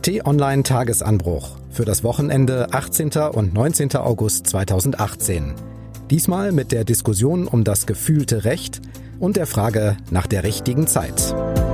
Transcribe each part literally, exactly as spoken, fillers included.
T-Online Tagesanbruch für das Wochenende achtzehnten und neunzehnten August zweitausendachtzehn. Diesmal mit der Diskussion um das gefühlte Recht und der Frage nach der richtigen Zeit.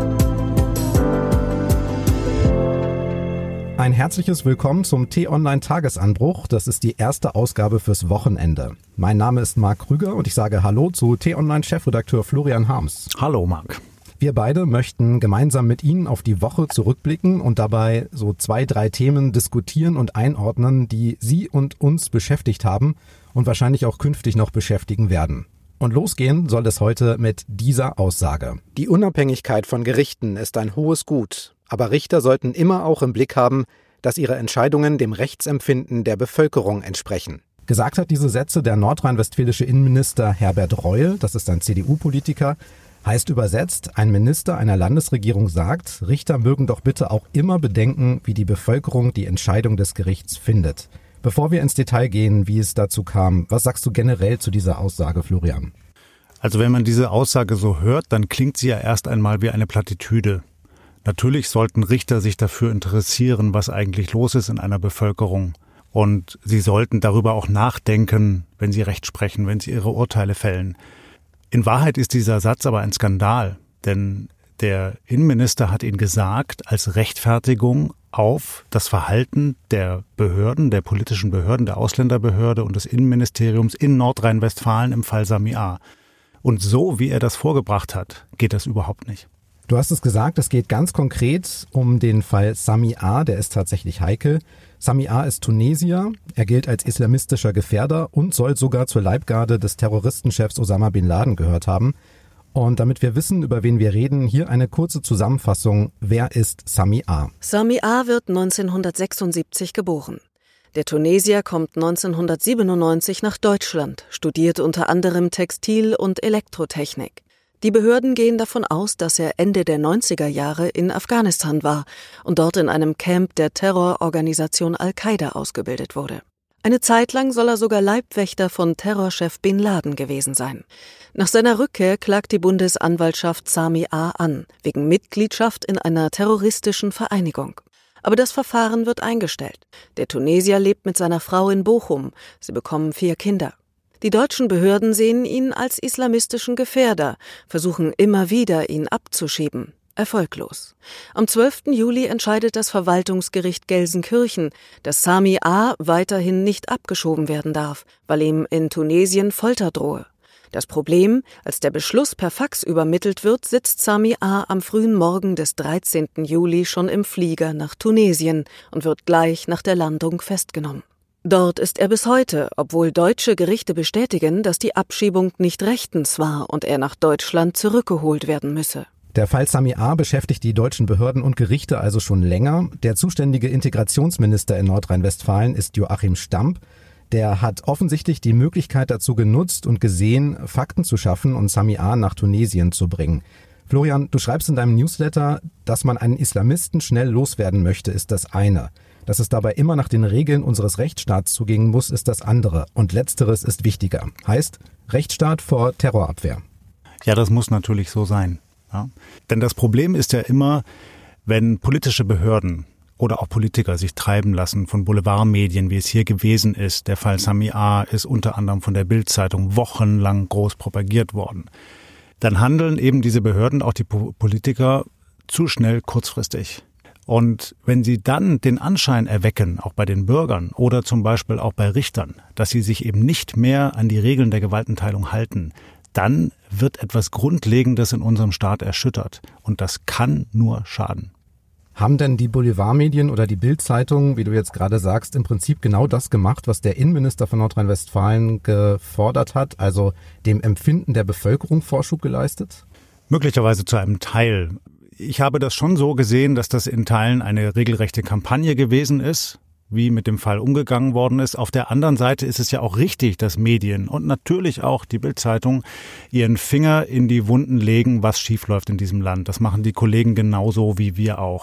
Ein herzliches Willkommen zum T-Online Tagesanbruch. Das ist die erste Ausgabe fürs Wochenende. Mein Name ist Marc Krüger und ich sage Hallo zu T-Online Chefredakteur Florian Harms. Hallo Marc. Wir beide möchten gemeinsam mit Ihnen auf die Woche zurückblicken und dabei so zwei, drei Themen diskutieren und einordnen, die Sie und uns beschäftigt haben und wahrscheinlich auch künftig noch beschäftigen werden. Und losgehen soll es heute mit dieser Aussage. Die Unabhängigkeit von Gerichten ist ein hohes Gut, aber Richter sollten immer auch im Blick haben, dass ihre Entscheidungen dem Rechtsempfinden der Bevölkerung entsprechen. Gesagt hat diese Sätze der nordrhein-westfälische Innenminister Herbert Reul, das ist ein C D U-Politiker. Heißt übersetzt, ein Minister einer Landesregierung sagt, Richter mögen doch bitte auch immer bedenken, wie die Bevölkerung die Entscheidung des Gerichts findet. Bevor wir ins Detail gehen, wie es dazu kam, was sagst du generell zu dieser Aussage, Florian? Also wenn man diese Aussage so hört, dann klingt sie ja erst einmal wie eine Plattitüde. Natürlich sollten Richter sich dafür interessieren, was eigentlich los ist in einer Bevölkerung. Und sie sollten darüber auch nachdenken, wenn sie Recht sprechen, wenn sie ihre Urteile fällen. In Wahrheit ist dieser Satz aber ein Skandal, denn der Innenminister hat ihn gesagt als Rechtfertigung auf das Verhalten der Behörden, der politischen Behörden, der Ausländerbehörde und des Innenministeriums in Nordrhein-Westfalen im Fall Sami A. Und so, wie er das vorgebracht hat, geht das überhaupt nicht. Du hast es gesagt, es geht ganz konkret um den Fall Sami A., der ist tatsächlich heikel. Sami A. ist Tunesier, er gilt als islamistischer Gefährder und soll sogar zur Leibgarde des Terroristenchefs Osama Bin Laden gehört haben. Und damit wir wissen, über wen wir reden, hier eine kurze Zusammenfassung. Wer ist Sami A.? Sami A. wird neunzehnhundertsechsundsiebzig geboren. Der Tunesier kommt neunzehnhundertsiebenundneunzig nach Deutschland, studiert unter anderem Textil- und Elektrotechnik. Die Behörden gehen davon aus, dass er Ende der neunziger Jahre in Afghanistan war und dort in einem Camp der Terrororganisation Al-Qaida ausgebildet wurde. Eine Zeit lang soll er sogar Leibwächter von Terrorchef Bin Laden gewesen sein. Nach seiner Rückkehr klagt die Bundesanwaltschaft Sami A. an, wegen Mitgliedschaft in einer terroristischen Vereinigung. Aber das Verfahren wird eingestellt. Der Tunesier lebt mit seiner Frau in Bochum. Sie bekommen vier Kinder. Die deutschen Behörden sehen ihn als islamistischen Gefährder, versuchen immer wieder, ihn abzuschieben. Erfolglos. Am zwölften Juli entscheidet das Verwaltungsgericht Gelsenkirchen, dass Sami A. weiterhin nicht abgeschoben werden darf, weil ihm in Tunesien Folter drohe. Das Problem, als der Beschluss per Fax übermittelt wird, sitzt Sami A. am frühen Morgen des dreizehnten Juli schon im Flieger nach Tunesien und wird gleich nach der Landung festgenommen. Dort ist er bis heute, obwohl deutsche Gerichte bestätigen, dass die Abschiebung nicht rechtens war und er nach Deutschland zurückgeholt werden müsse. Der Fall Sami A. beschäftigt die deutschen Behörden und Gerichte also schon länger. Der zuständige Integrationsminister in Nordrhein-Westfalen ist Joachim Stamp. Der hat offensichtlich die Möglichkeit dazu genutzt und gesehen, Fakten zu schaffen und Sami A. nach Tunesien zu bringen. Florian, du schreibst in deinem Newsletter, dass man einen Islamisten schnell loswerden möchte, ist das eine. Dass es dabei immer nach den Regeln unseres Rechtsstaats zugehen muss, ist das andere. Und letzteres ist wichtiger. Heißt, Rechtsstaat vor Terrorabwehr. Ja, das muss natürlich so sein. Ja. Denn das Problem ist ja immer, wenn politische Behörden oder auch Politiker sich treiben lassen von Boulevardmedien, wie es hier gewesen ist. Der Fall Sami A. ist unter anderem von der Bild-Zeitung wochenlang groß propagiert worden. Dann handeln eben diese Behörden, auch die Politiker, zu schnell kurzfristig. Und wenn sie dann den Anschein erwecken, auch bei den Bürgern oder zum Beispiel auch bei Richtern, dass sie sich eben nicht mehr an die Regeln der Gewaltenteilung halten, dann wird etwas Grundlegendes in unserem Staat erschüttert. Und das kann nur schaden. Haben denn die Boulevardmedien oder die Bild-Zeitung, wie du jetzt gerade sagst, im Prinzip genau das gemacht, was der Innenminister von Nordrhein-Westfalen gefordert hat, also dem Empfinden der Bevölkerung Vorschub geleistet? Möglicherweise zu einem Teil. Ich habe das schon so gesehen, dass das in Teilen eine regelrechte Kampagne gewesen ist, wie mit dem Fall umgegangen worden ist. Auf der anderen Seite ist es ja auch richtig, dass Medien und natürlich auch die Bild-Zeitung ihren Finger in die Wunden legen, was schiefläuft in diesem Land. Das machen die Kollegen genauso wie wir auch.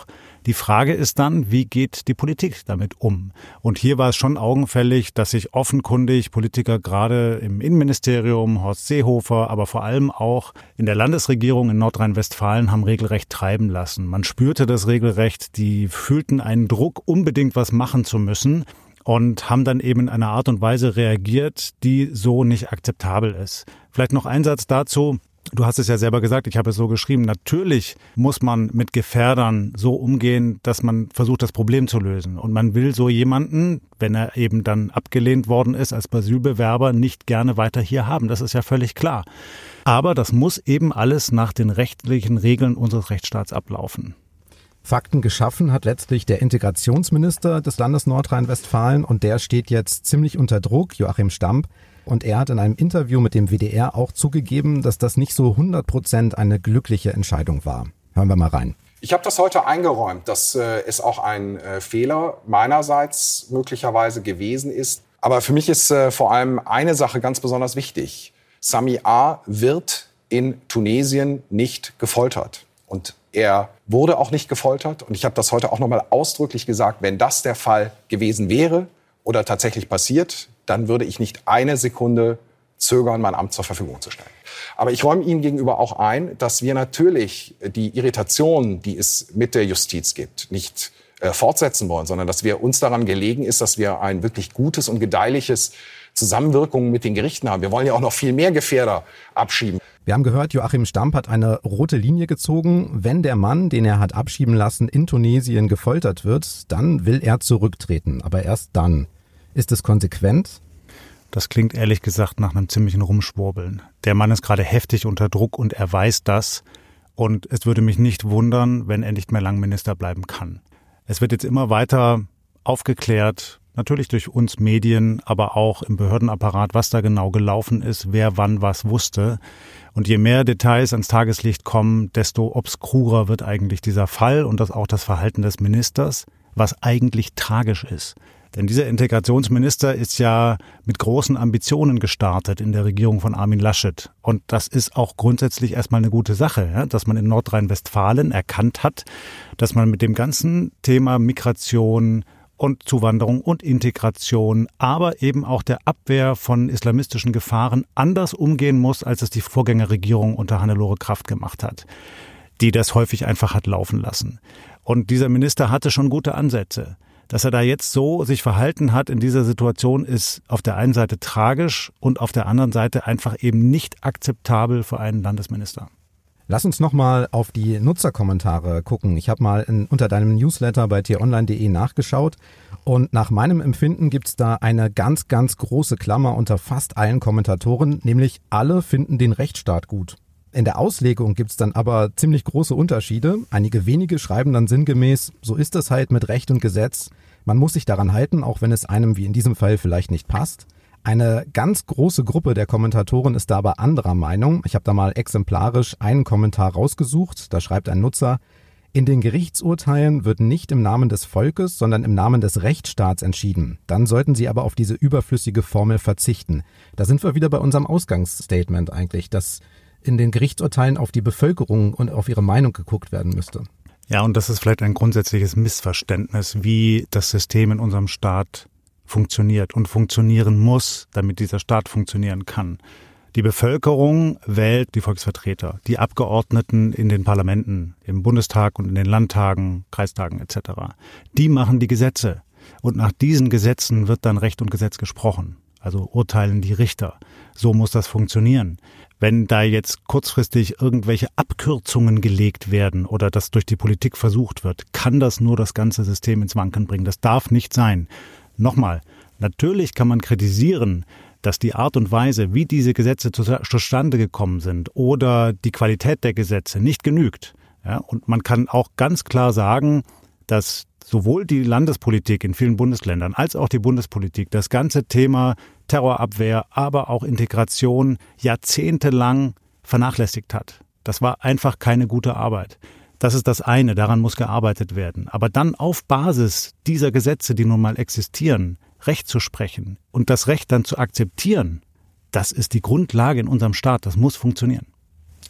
Die Frage ist dann, wie geht die Politik damit um? Und hier war es schon augenfällig, dass sich offenkundig Politiker gerade im Innenministerium, Horst Seehofer, aber vor allem auch in der Landesregierung in Nordrhein-Westfalen haben regelrecht treiben lassen. Man spürte das regelrecht, die fühlten einen Druck, unbedingt was machen zu müssen. Und haben dann eben in einer Art und Weise reagiert, die so nicht akzeptabel ist. Vielleicht noch ein Satz dazu. Du hast es ja selber gesagt, ich habe es so geschrieben. Natürlich muss man mit Gefährdern so umgehen, dass man versucht, das Problem zu lösen. Und man will so jemanden, wenn er eben dann abgelehnt worden ist als Asylbewerber, nicht gerne weiter hier haben. Das ist ja völlig klar. Aber das muss eben alles nach den rechtlichen Regeln unseres Rechtsstaats ablaufen. Fakten geschaffen hat letztlich der Integrationsminister des Landes Nordrhein-Westfalen und der steht jetzt ziemlich unter Druck, Joachim Stamp. Und er hat in einem Interview mit dem W D R auch zugegeben, dass das nicht so hundert Prozent eine glückliche Entscheidung war. Hören wir mal rein. Ich habe das heute eingeräumt, dass äh, es auch ein äh, Fehler meinerseits möglicherweise gewesen ist. Aber für mich ist äh, vor allem eine Sache ganz besonders wichtig. Sami A. wird in Tunesien nicht gefoltert. Und er wurde auch nicht gefoltert. Und ich habe das heute auch noch mal ausdrücklich gesagt, wenn das der Fall gewesen wäre oder tatsächlich passiert, dann würde ich nicht eine Sekunde zögern, mein Amt zur Verfügung zu stellen. Aber ich räume Ihnen gegenüber auch ein, dass wir natürlich die Irritation, die es mit der Justiz gibt, nicht äh, fortsetzen wollen, sondern dass wir uns daran gelegen ist, dass wir ein wirklich gutes und gedeihliches Zusammenwirkung mit den Gerichten haben. Wir wollen ja auch noch viel mehr Gefährder abschieben. Wir haben gehört, Joachim Stamp hat eine rote Linie gezogen. Wenn der Mann, den er hat abschieben lassen, in Tunesien gefoltert wird, dann will er zurücktreten. Aber erst dann. Ist es konsequent? Das klingt ehrlich gesagt nach einem ziemlichen Rumschwurbeln. Der Mann ist gerade heftig unter Druck und er weiß das. Und es würde mich nicht wundern, wenn er nicht mehr lang Minister bleiben kann. Es wird jetzt immer weiter aufgeklärt, natürlich durch uns Medien, aber auch im Behördenapparat, was da genau gelaufen ist, wer wann was wusste. Und je mehr Details ans Tageslicht kommen, desto obskurer wird eigentlich dieser Fall und das auch das Verhalten des Ministers, was eigentlich tragisch ist. Denn dieser Integrationsminister ist ja mit großen Ambitionen gestartet in der Regierung von Armin Laschet. Und das ist auch grundsätzlich erstmal eine gute Sache, ja, dass man in Nordrhein-Westfalen erkannt hat, dass man mit dem ganzen Thema Migration und Zuwanderung und Integration, aber eben auch der Abwehr von islamistischen Gefahren anders umgehen muss, als es die Vorgängerregierung unter Hannelore Kraft gemacht hat, die das häufig einfach hat laufen lassen. Und dieser Minister hatte schon gute Ansätze. Dass er da jetzt so sich verhalten hat in dieser Situation, ist auf der einen Seite tragisch und auf der anderen Seite einfach eben nicht akzeptabel für einen Landesminister. Lass uns nochmal auf die Nutzerkommentare gucken. Ich habe mal in, unter deinem Newsletter bei t online punkt de nachgeschaut und nach meinem Empfinden gibt es da eine ganz, ganz große Klammer unter fast allen Kommentatoren, nämlich alle finden den Rechtsstaat gut. In der Auslegung gibt's dann aber ziemlich große Unterschiede. Einige wenige schreiben dann sinngemäß, so ist es halt mit Recht und Gesetz. Man muss sich daran halten, auch wenn es einem wie in diesem Fall vielleicht nicht passt. Eine ganz große Gruppe der Kommentatoren ist da aber anderer Meinung. Ich habe da mal exemplarisch einen Kommentar rausgesucht. Da schreibt ein Nutzer, in den Gerichtsurteilen wird nicht im Namen des Volkes, sondern im Namen des Rechtsstaats entschieden. Dann sollten sie aber auf diese überflüssige Formel verzichten. Da sind wir wieder bei unserem Ausgangsstatement eigentlich, dass in den Gerichtsurteilen auf die Bevölkerung und auf ihre Meinung geguckt werden müsste. Ja, und das ist vielleicht ein grundsätzliches Missverständnis, wie das System in unserem Staat funktioniert und funktionieren muss, damit dieser Staat funktionieren kann. Die Bevölkerung wählt die Volksvertreter, die Abgeordneten in den Parlamenten, im Bundestag und in den Landtagen, Kreistagen et cetera. Die machen die Gesetze und nach diesen Gesetzen wird dann Recht und Gesetz gesprochen. Also urteilen die Richter. So muss das funktionieren. Wenn da jetzt kurzfristig irgendwelche Abkürzungen gelegt werden oder das durch die Politik versucht wird, kann das nur das ganze System ins Wanken bringen. Das darf nicht sein. Nochmal, natürlich kann man kritisieren, dass die Art und Weise, wie diese Gesetze zustande gekommen sind oder die Qualität der Gesetze nicht genügt. Ja, und man kann auch ganz klar sagen, dass sowohl die Landespolitik in vielen Bundesländern als auch die Bundespolitik das ganze Thema Terrorabwehr, aber auch Integration jahrzehntelang vernachlässigt hat. Das war einfach keine gute Arbeit. Das ist das eine, daran muss gearbeitet werden. Aber dann auf Basis dieser Gesetze, die nun mal existieren, Recht zu sprechen und das Recht dann zu akzeptieren, das ist die Grundlage in unserem Staat. Das muss funktionieren.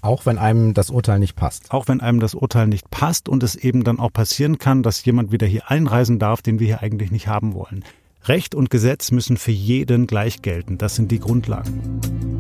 Auch wenn einem das Urteil nicht passt. Auch wenn einem das Urteil nicht passt und es eben dann auch passieren kann, dass jemand wieder hier einreisen darf, den wir hier eigentlich nicht haben wollen. Recht und Gesetz müssen für jeden gleich gelten. Das sind die Grundlagen.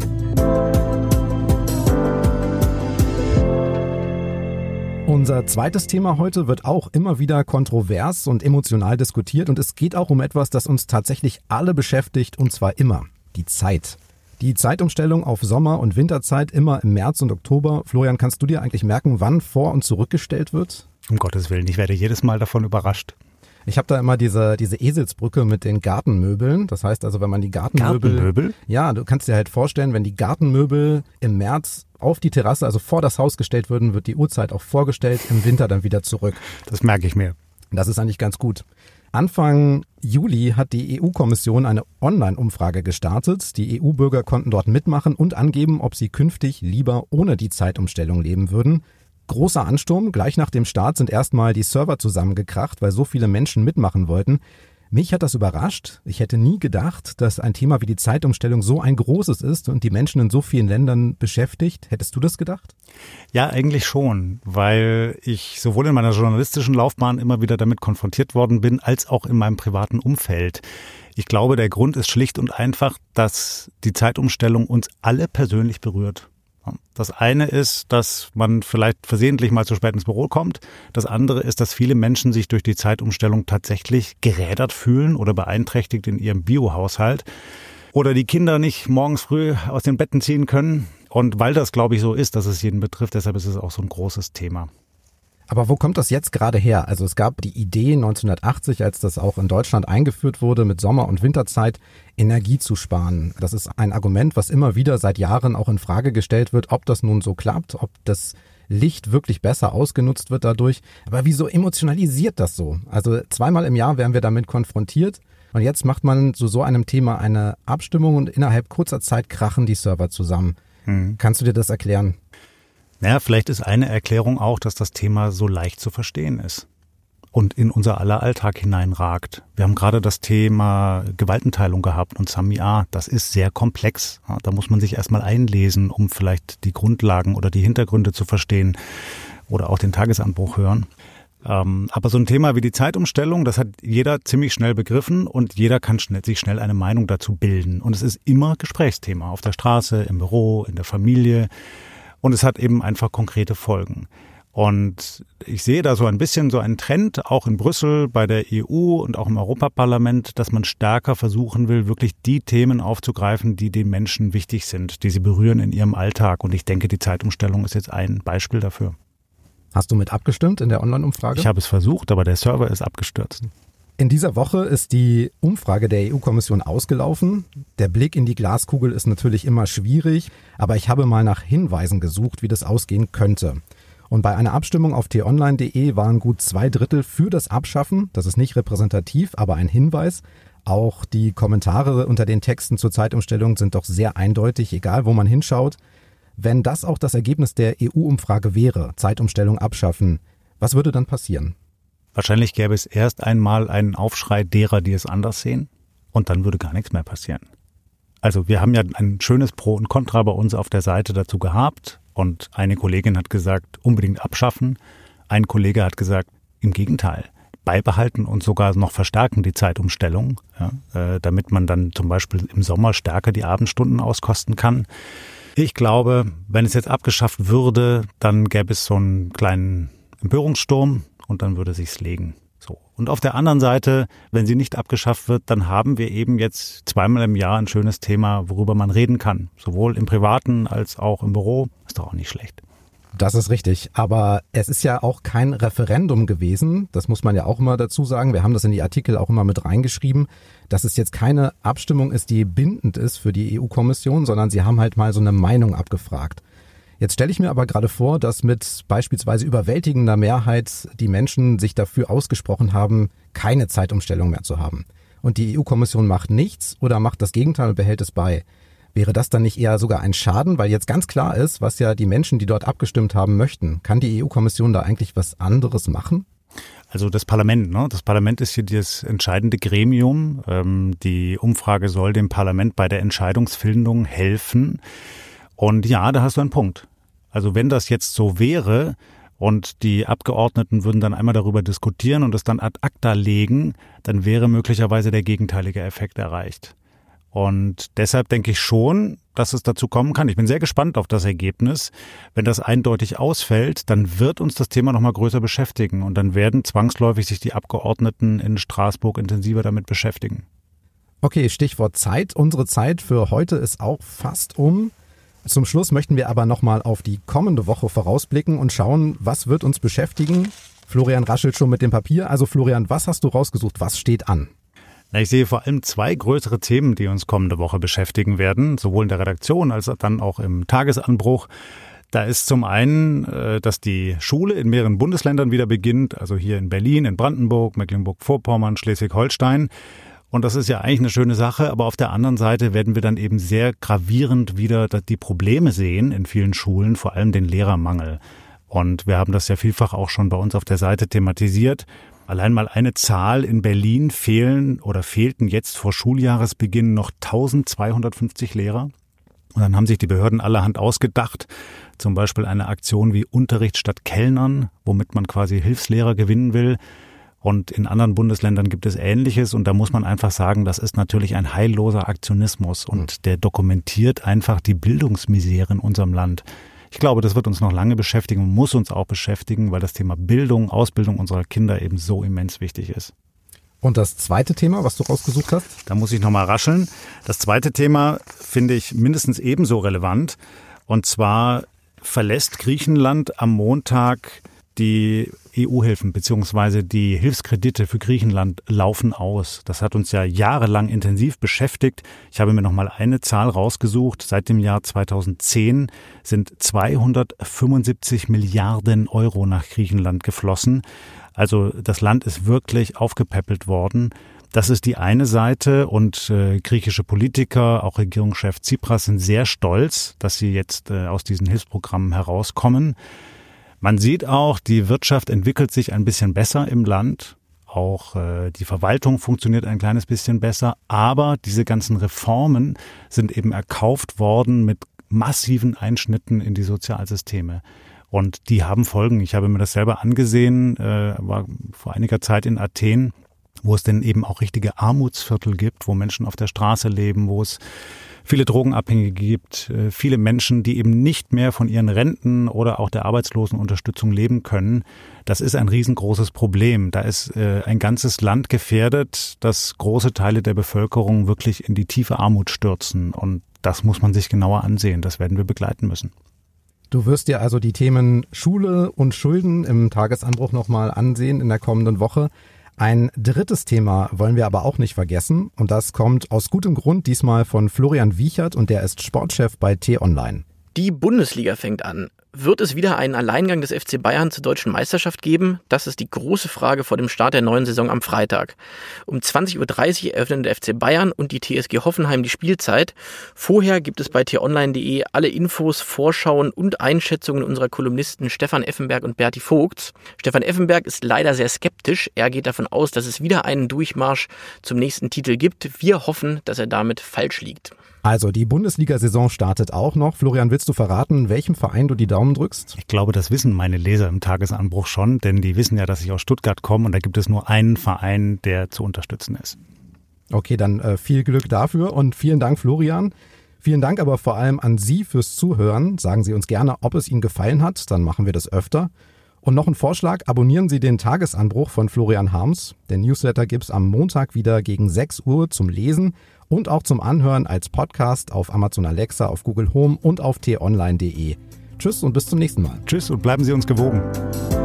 Unser zweites Thema heute wird auch immer wieder kontrovers und emotional diskutiert und es geht auch um etwas, das uns tatsächlich alle beschäftigt und zwar immer: die Zeit. Die Zeitumstellung auf Sommer- und Winterzeit immer im März und Oktober. Florian, kannst du dir eigentlich merken, wann vor- und zurückgestellt wird? Um Gottes Willen, ich werde jedes Mal davon überrascht. Ich habe da immer diese diese Eselsbrücke mit den Gartenmöbeln. Das heißt also, wenn man die Gartenmöbel... Gartenmöbel? Ja, du kannst dir halt vorstellen, wenn die Gartenmöbel im März auf die Terrasse, also vor das Haus gestellt würden, wird die Uhrzeit auch vorgestellt, im Winter dann wieder zurück. Das merke ich mir. Das ist eigentlich ganz gut. Anfang Juli hat die E U-Kommission eine Online-Umfrage gestartet. Die E U-Bürger konnten dort mitmachen und angeben, ob sie künftig lieber ohne die Zeitumstellung leben würden. Großer Ansturm. Gleich nach dem Start sind erstmal die Server zusammengekracht, weil so viele Menschen mitmachen wollten. Mich hat das überrascht. Ich hätte nie gedacht, dass ein Thema wie die Zeitumstellung so ein großes ist und die Menschen in so vielen Ländern beschäftigt. Hättest du das gedacht? Ja, eigentlich schon, weil ich sowohl in meiner journalistischen Laufbahn immer wieder damit konfrontiert worden bin, als auch in meinem privaten Umfeld. Ich glaube, der Grund ist schlicht und einfach, dass die Zeitumstellung uns alle persönlich berührt. Das eine ist, dass man vielleicht versehentlich mal zu spät ins Büro kommt. Das andere ist, dass viele Menschen sich durch die Zeitumstellung tatsächlich gerädert fühlen oder beeinträchtigt in ihrem Biohaushalt oder die Kinder nicht morgens früh aus den Betten ziehen können. Und weil das, glaube ich, so ist, dass es jeden betrifft, deshalb ist es auch so ein großes Thema. Aber wo kommt das jetzt gerade her? Also es gab die Idee neunzehnhundertachtzig, als das auch in Deutschland eingeführt wurde, mit Sommer- und Winterzeit Energie zu sparen. Das ist ein Argument, was immer wieder seit Jahren auch in Frage gestellt wird, ob das nun so klappt, ob das Licht wirklich besser ausgenutzt wird dadurch. Aber wieso emotionalisiert das so? Also zweimal im Jahr werden wir damit konfrontiert und jetzt macht man zu so einem Thema eine Abstimmung und innerhalb kurzer Zeit krachen die Server zusammen. Hm. Kannst du dir das erklären? Naja, vielleicht ist eine Erklärung auch, dass das Thema so leicht zu verstehen ist und in unser aller Alltag hineinragt. Wir haben gerade das Thema Gewaltenteilung gehabt und Sami A. Das ist sehr komplex. Da muss man sich erstmal einlesen, um vielleicht die Grundlagen oder die Hintergründe zu verstehen oder auch den Tagesanbruch hören. Aber so ein Thema wie die Zeitumstellung, das hat jeder ziemlich schnell begriffen und jeder kann schnell, sich schnell eine Meinung dazu bilden. Und es ist immer Gesprächsthema auf der Straße, im Büro, in der Familie. Und es hat eben einfach konkrete Folgen. Und ich sehe da so ein bisschen so einen Trend, auch in Brüssel, bei der E U und auch im Europaparlament, dass man stärker versuchen will, wirklich die Themen aufzugreifen, die den Menschen wichtig sind, die sie berühren in ihrem Alltag. Und ich denke, die Zeitumstellung ist jetzt ein Beispiel dafür. Hast du mit abgestimmt in der Online-Umfrage? Ich habe es versucht, aber der Server ist abgestürzt. In dieser Woche ist die Umfrage der E U-Kommission ausgelaufen. Der Blick in die Glaskugel ist natürlich immer schwierig, aber ich habe mal nach Hinweisen gesucht, wie das ausgehen könnte. Und bei einer Abstimmung auf t online punkt de waren gut zwei Drittel für das Abschaffen. Das ist nicht repräsentativ, aber ein Hinweis. Auch die Kommentare unter den Texten zur Zeitumstellung sind doch sehr eindeutig, egal wo man hinschaut. Wenn das auch das Ergebnis der E U-Umfrage wäre, Zeitumstellung abschaffen, was würde dann passieren? Wahrscheinlich gäbe es erst einmal einen Aufschrei derer, die es anders sehen, und dann würde gar nichts mehr passieren. Also wir haben ja ein schönes Pro und Contra bei uns auf der Seite dazu gehabt und eine Kollegin hat gesagt, unbedingt abschaffen. Ein Kollege hat gesagt, im Gegenteil, beibehalten und sogar noch verstärken die Zeitumstellung, ja, äh, damit man dann zum Beispiel im Sommer stärker die Abendstunden auskosten kann. Ich glaube, wenn es jetzt abgeschafft würde, dann gäbe es so einen kleinen Empörungssturm. Und dann würde sich's legen. So. Und auf der anderen Seite, wenn sie nicht abgeschafft wird, dann haben wir eben jetzt zweimal im Jahr ein schönes Thema, worüber man reden kann. Sowohl im Privaten als auch im Büro. Ist doch auch nicht schlecht. Das ist richtig. Aber es ist ja auch kein Referendum gewesen. Das muss man ja auch immer dazu sagen. Wir haben das in die Artikel auch immer mit reingeschrieben, dass es jetzt keine Abstimmung ist, die bindend ist für die E U-Kommission, sondern sie haben halt mal so eine Meinung abgefragt. Jetzt stelle ich mir aber gerade vor, dass mit beispielsweise überwältigender Mehrheit die Menschen sich dafür ausgesprochen haben, keine Zeitumstellung mehr zu haben. Und die E U-Kommission macht nichts oder macht das Gegenteil und behält es bei. Wäre das dann nicht eher sogar ein Schaden, weil jetzt ganz klar ist, was ja die Menschen, die dort abgestimmt haben, möchten? Kann die E U-Kommission da eigentlich was anderes machen? Also das Parlament, ne? Das Parlament ist hier das entscheidende Gremium. Ähm, die Umfrage soll dem Parlament bei der Entscheidungsfindung helfen. Und ja, da hast du einen Punkt. Also wenn das jetzt so wäre und die Abgeordneten würden dann einmal darüber diskutieren und es dann ad acta legen, dann wäre möglicherweise der gegenteilige Effekt erreicht. Und deshalb denke ich schon, dass es dazu kommen kann. Ich bin sehr gespannt auf das Ergebnis. Wenn das eindeutig ausfällt, dann wird uns das Thema noch mal größer beschäftigen und dann werden zwangsläufig sich die Abgeordneten in Straßburg intensiver damit beschäftigen. Okay, Stichwort Zeit. Unsere Zeit für heute ist auch fast um. Zum Schluss möchten wir aber noch mal auf die kommende Woche vorausblicken und schauen, was wird uns beschäftigen. Florian raschelt schon mit dem Papier. Also Florian, was hast du rausgesucht? Was steht an? Na, ich sehe vor allem zwei größere Themen, die uns kommende Woche beschäftigen werden, sowohl in der Redaktion als dann auch im Tagesanbruch. Da ist zum einen, dass die Schule in mehreren Bundesländern wieder beginnt, also hier in Berlin, in Brandenburg, Mecklenburg-Vorpommern, Schleswig-Holstein. Und das ist ja eigentlich eine schöne Sache, aber auf der anderen Seite werden wir dann eben sehr gravierend wieder die Probleme sehen in vielen Schulen, vor allem den Lehrermangel. Und wir haben das ja vielfach auch schon bei uns auf der Seite thematisiert. Allein mal eine Zahl: In Berlin fehlen oder fehlten jetzt vor Schuljahresbeginn noch eintausendzweihundertfünfzig Lehrer. Und dann haben sich die Behörden allerhand ausgedacht, zum Beispiel eine Aktion wie Unterricht statt Kellnern, womit man quasi Hilfslehrer gewinnen will. Und in anderen Bundesländern gibt es Ähnliches. Und da muss man einfach sagen, das ist natürlich ein heilloser Aktionismus. Und der dokumentiert einfach die Bildungsmisere in unserem Land. Ich glaube, das wird uns noch lange beschäftigen und muss uns auch beschäftigen, weil das Thema Bildung, Ausbildung unserer Kinder eben so immens wichtig ist. Und das zweite Thema, was du rausgesucht hast? Da muss ich noch mal rascheln. Das zweite Thema finde ich mindestens ebenso relevant. Und zwar verlässt Griechenland am Montag die E U-Hilfen bzw. die Hilfskredite für Griechenland laufen aus. Das hat uns ja jahrelang intensiv beschäftigt. Ich habe mir noch mal eine Zahl rausgesucht. Seit dem Jahr zweitausendzehn sind zweihundertfünfundsiebzig Milliarden Euro nach Griechenland geflossen. Also das Land ist wirklich aufgepäppelt worden. Das ist die eine Seite und äh, griechische Politiker, auch Regierungschef Tsipras, sind sehr stolz, dass sie jetzt äh, aus diesen Hilfsprogrammen herauskommen. Man sieht auch, die Wirtschaft entwickelt sich ein bisschen besser im Land. Auch äh, die Verwaltung funktioniert ein kleines bisschen besser. Aber diese ganzen Reformen sind eben erkauft worden mit massiven Einschnitten in die Sozialsysteme. Und die haben Folgen. Ich habe mir das selber angesehen, äh, war vor einiger Zeit in Athen, wo es denn eben auch richtige Armutsviertel gibt, wo Menschen auf der Straße leben, wo es viele Drogenabhängige gibt, viele Menschen, die eben nicht mehr von ihren Renten oder auch der Arbeitslosenunterstützung leben können. Das ist ein riesengroßes Problem. Da ist ein ganzes Land gefährdet, dass große Teile der Bevölkerung wirklich in die tiefe Armut stürzen. Und das muss man sich genauer ansehen. Das werden wir begleiten müssen. Du wirst dir also die Themen Schule und Schulden im Tagesanbruch nochmal ansehen in der kommenden Woche. Ein drittes Thema wollen wir aber auch nicht vergessen und das kommt aus gutem Grund diesmal von Florian Wiechert und der ist Sportchef bei T-Online. Die Bundesliga fängt an. Wird es wieder einen Alleingang des F C Bayern zur deutschen Meisterschaft geben? Das ist die große Frage vor dem Start der neuen Saison am Freitag. Um zwanzig Uhr dreißig eröffnen der F C Bayern und die T S G Hoffenheim die Spielzeit. Vorher gibt es bei t online punkt de alle Infos, Vorschauen und Einschätzungen unserer Kolumnisten Stefan Effenberg und Berti Vogts. Stefan Effenberg ist leider sehr skeptisch. Er geht davon aus, dass es wieder einen Durchmarsch zum nächsten Titel gibt. Wir hoffen, dass er damit falsch liegt. Also die Bundesliga-Saison startet auch noch. Florian, willst du verraten, welchem Verein du die Daumen drückst? Ich glaube, das wissen meine Leser im Tagesanbruch schon, denn die wissen ja, dass ich aus Stuttgart komme und da gibt es nur einen Verein, der zu unterstützen ist. Okay, dann äh, viel Glück dafür und vielen Dank, Florian. Vielen Dank aber vor allem an Sie fürs Zuhören. Sagen Sie uns gerne, ob es Ihnen gefallen hat, dann machen wir das öfter. Und noch ein Vorschlag, abonnieren Sie den Tagesanbruch von Florian Harms. Der Newsletter gibt's am Montag wieder gegen sechs Uhr zum Lesen und auch zum Anhören als Podcast auf Amazon Alexa, auf Google Home und auf t online punkt de. Tschüss und bis zum nächsten Mal. Tschüss und bleiben Sie uns gewogen.